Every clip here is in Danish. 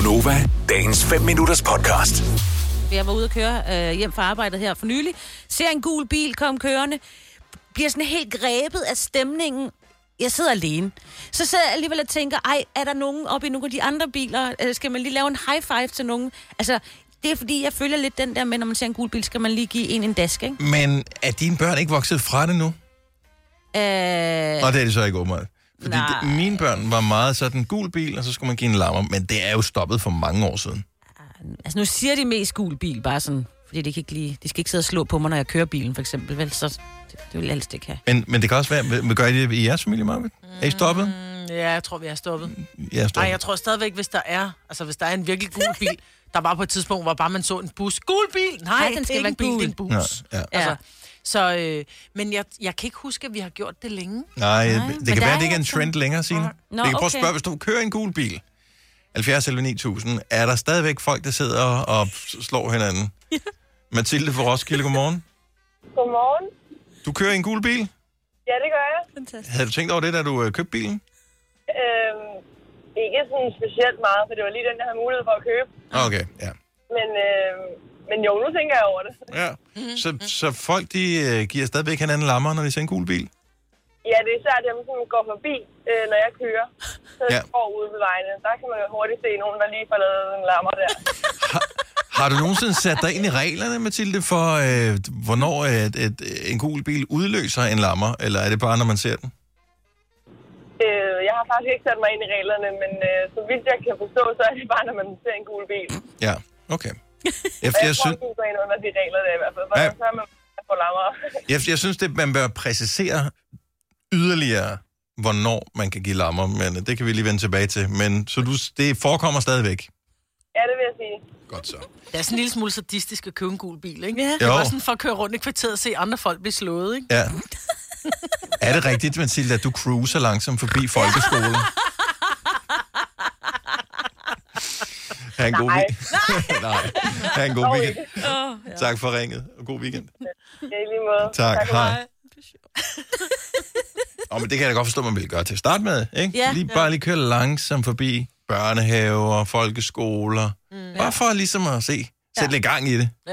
Gonova, dagens 5 minutters podcast. Jeg var ude at køre hjem fra arbejdet her for nylig. Ser en gul bil komme kørende. Bliver sådan helt grebet af stemningen. Jeg sidder alene. Så sidder jeg alligevel og tænker, er der nogen oppe i nogle af de andre biler? Skal man lige lave en high five til nogen? Altså, det er fordi, jeg følger lidt den der med, når man ser en gul bil, skal man lige give en dask, ikke? Men er dine børn ikke vokset fra det nu? Og det er det så ikke åbenbart. Fordi mine børn var meget sådan gul bil, og så skulle man give en lammer. Men det er jo stoppet for mange år siden. Altså, nu siger de mest gul bil, bare sådan, fordi de skal ikke sidde og slå på mig, når jeg kører bilen, for eksempel. Vel, så det vil jeg helst ikke have. Men det kan også være, hvad gør I det i jeres familie, Marvind? Er I stoppet? Ja, jeg tror, vi er stoppet. Nej, jeg tror stadigvæk, hvis der er en virkelig gul bil, der var på et tidspunkt, hvor bare man så en bus. Gul bil! Nej, den skal være gul. Det er en bus. Ja. Altså, men jeg kan ikke huske, at vi har gjort det længe. Nej, det kan være, at det ikke er en trend længere, Signe. Det kan prøve at spørge, hvis du kører en gul bil, 70 eller 9000, er der stadigvæk folk, der sidder og slår hinanden? Mathilde fra Roskilde, godmorgen. Godmorgen. Du kører i en gul bil? Ja, det gør jeg. Fantastisk. Havde du tænkt over det, da du købte bilen? Ikke sådan specielt meget, for det var lige den, jeg havde mulighed for at købe. Okay, ja. Men jo, nu tænker jeg over det. Ja. Så folk, de giver stadigvæk hinanden lammer, når de ser en gul bil? Ja, det er især dem, som går forbi, når jeg kører. Så går ude ved vejene. Der kan man jo hurtigt se nogen, der lige får lavet en lammer der. Har du nogensinde sat dig ind i reglerne, Mathilde, for hvornår en gul bil udløser en lammer, eller er det bare, når man ser den? Jeg har faktisk ikke sat mig ind i reglerne, men så vidt jeg kan forstå, så er det bare, når man ser en gul bil. Ja, okay. Jeg tror, at gå ind under de regler der i hvert fald, for så er man på lammer. Jeg synes, man bør præcisere yderligere, hvornår man kan give lammer, men det kan vi lige vende tilbage til. Men så det forekommer stadigvæk? Ja, det vil jeg sige. Godt så. Det er sådan en lille smule sadistisk at købe en gul bil, ikke? Ja. Det er sådan for at køre rundt i kvarteret og se andre folk blive slået, ikke? Ja. Er det rigtigt, Mathilde, at du cruiser langsomt forbi folkeskolen? Ha' en god weekend. Nej. Ha' en god weekend. Tak for ringet, og god weekend. Ja, i lige måde. Tak, hej. Men det kan jeg da godt forstå, man vil gøre til at starte med, ikke? Ja. Bare lige køre langsomt forbi børnehaver, folkeskoler. Bare for ligesom at sætte lidt gang i det. Ja.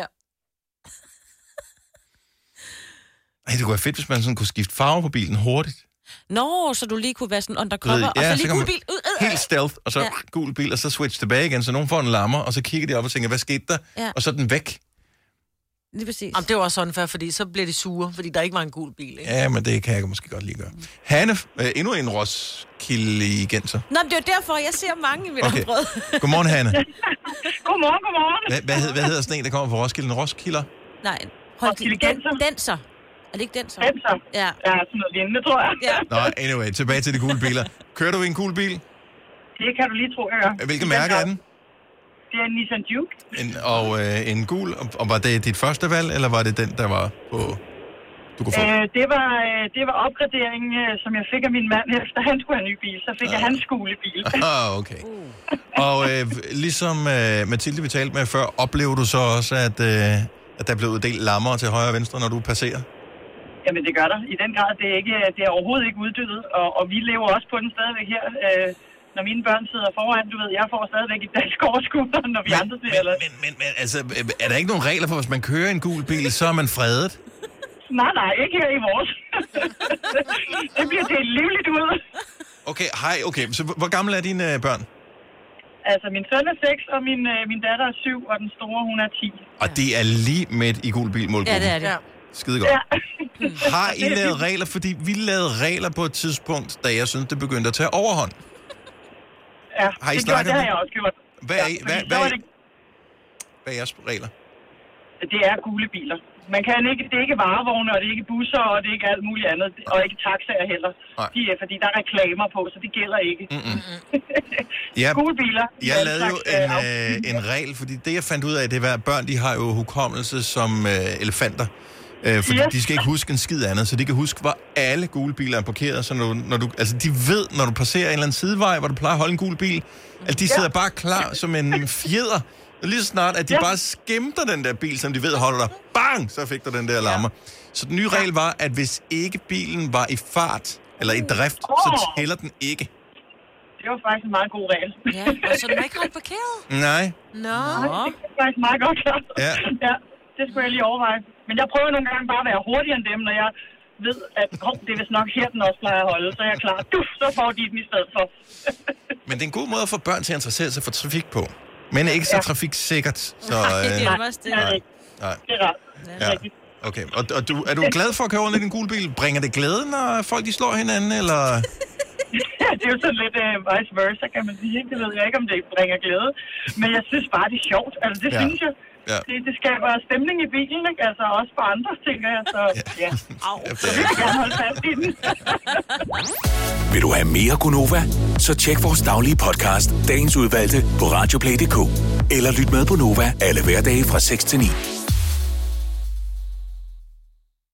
Det kunne være fedt, hvis man sådan kunne skifte farve på bilen hurtigt. Nå, så du lige kunne være sådan undercover, og så lige gul bil. Helt stealth, og så gul bil, og så switch tilbage igen, så nogen får en lammer, og så kigger de op og tænker, hvad skete der? Ja. Og så er den væk. Lige præcis. Jamen, det var også unfair, fordi så bliver de sure, fordi der ikke var en gul bil, ikke? Ja, men det kan jeg måske godt lige gøre. Hanne, endnu en Roskilde-genser. Nå, det er jo derfor, jeg ser mange i mit område. Godmorgen, Hanne. Godmorgen. Hvad hedder sådan en, der kommer fra Roskilde? En Roskilder? Nej, Denser. Er det ikke Denser? Denser. Ja. Ja, sådan noget lignende, tror jeg. Ja. Nå, anyway, tilbage til de gule biler. Kører du i en gul bil? Det kan du lige tro, jeg gør. Hvilket mærke er den? Det er en Nissan Juke. En gul, og var det dit første valg, eller var det den, der var på... Du kunne få? Det var opgraderingen, som jeg fik af min mand, efter han skulle have en ny bil. Så fik jeg hans gule bil. Okay. Og ligesom Mathilde, vi talte med før, oplever du så også, at der blev uddelt lammer til højre og venstre, når du passerer? Jamen, det gør der. I den grad, det er overhovedet ikke uddødet, og vi lever også på den stadigvæk her. Når mine børn sidder foran, du ved, jeg får stadigvæk et dansk overskud, når vi andre ser. Men altså, er der ikke nogen regler for, hvis man kører en gul bil, så er man fredet? Nej, ikke her i vores. Det bliver delt livligt ud. Okay, så hvor gamle er dine børn? Altså, min søn er 6, og min datter er 7, og den store, hun er 10. Og det er lige midt i gul bil målgruppen? Ja, det er det. Ja. Skide godt. Ja. Har I lavet regler? Fordi vi lavede regler på et tidspunkt, da jeg synes, det begyndte at tage overhånd. Ja, har I det har jeg også gjort. Hvad er jeres regler? Det er gule biler. Man kan ikke, det er ikke varevogne, og det er ikke busser, og det er ikke alt muligt andet. Og ikke taxaer heller. Fordi der er reklamer på, så det gælder ikke. Gule biler. Jeg lavede jo en regel, fordi det jeg fandt ud af, det var, at børn de har jo hukommelse som elefanter. Fordi de skal ikke huske en skid andet, så de kan huske, hvor alle gule biler er parkeret. Så når du, altså de ved, når du passerer en eller anden sidevej, hvor du plejer at holde en gul bil, at de sidder bare klar som en fjeder. Lige så snart, at de bare skimter den der bil, som de ved holder der. Bang! Så fik der den der lammer. Så den nye regel var, at hvis ikke bilen var i fart, eller i drift, så tæller den ikke. Det Det var faktisk en meget god regel. Ja, og så den er ikke ret parkeret? Nej. Nå. Det er faktisk meget godt klart. Ja. Ja, det skulle jeg lige overveje. Men jeg prøver nogle gange bare at være hurtigere end dem, når jeg ved, at det er vist nok her, den også plejer at holde. Så er jeg klar. Så får de den i stedet for. Men det er en god måde at få børn til at interessere sig for trafik på. Men ikke så trafiksikkert. Så, Nej, det er også det. Nej. Det er rart. Ja. Okay, og er du glad for at køre rundt i din gule bil? Bringer det glæde, når folk de slår hinanden, eller? Ja, det er jo sådan lidt vice versa, kan man sige. Det ved jeg ikke, om det bringer glæde. Men jeg synes bare, det er sjovt. Altså, det synes jeg. Ja. Det skaber stemning i bilen, ikke? Altså, også for andre, tænker jeg. Så ja. Så vil jeg gerne holde fast i den. Vil du have mere Gunova? Så tjek vores daglige podcast, Dagens Udvalgte, på radioplay.dk. Eller lyt med på Nova alle hverdage fra 6 til 9.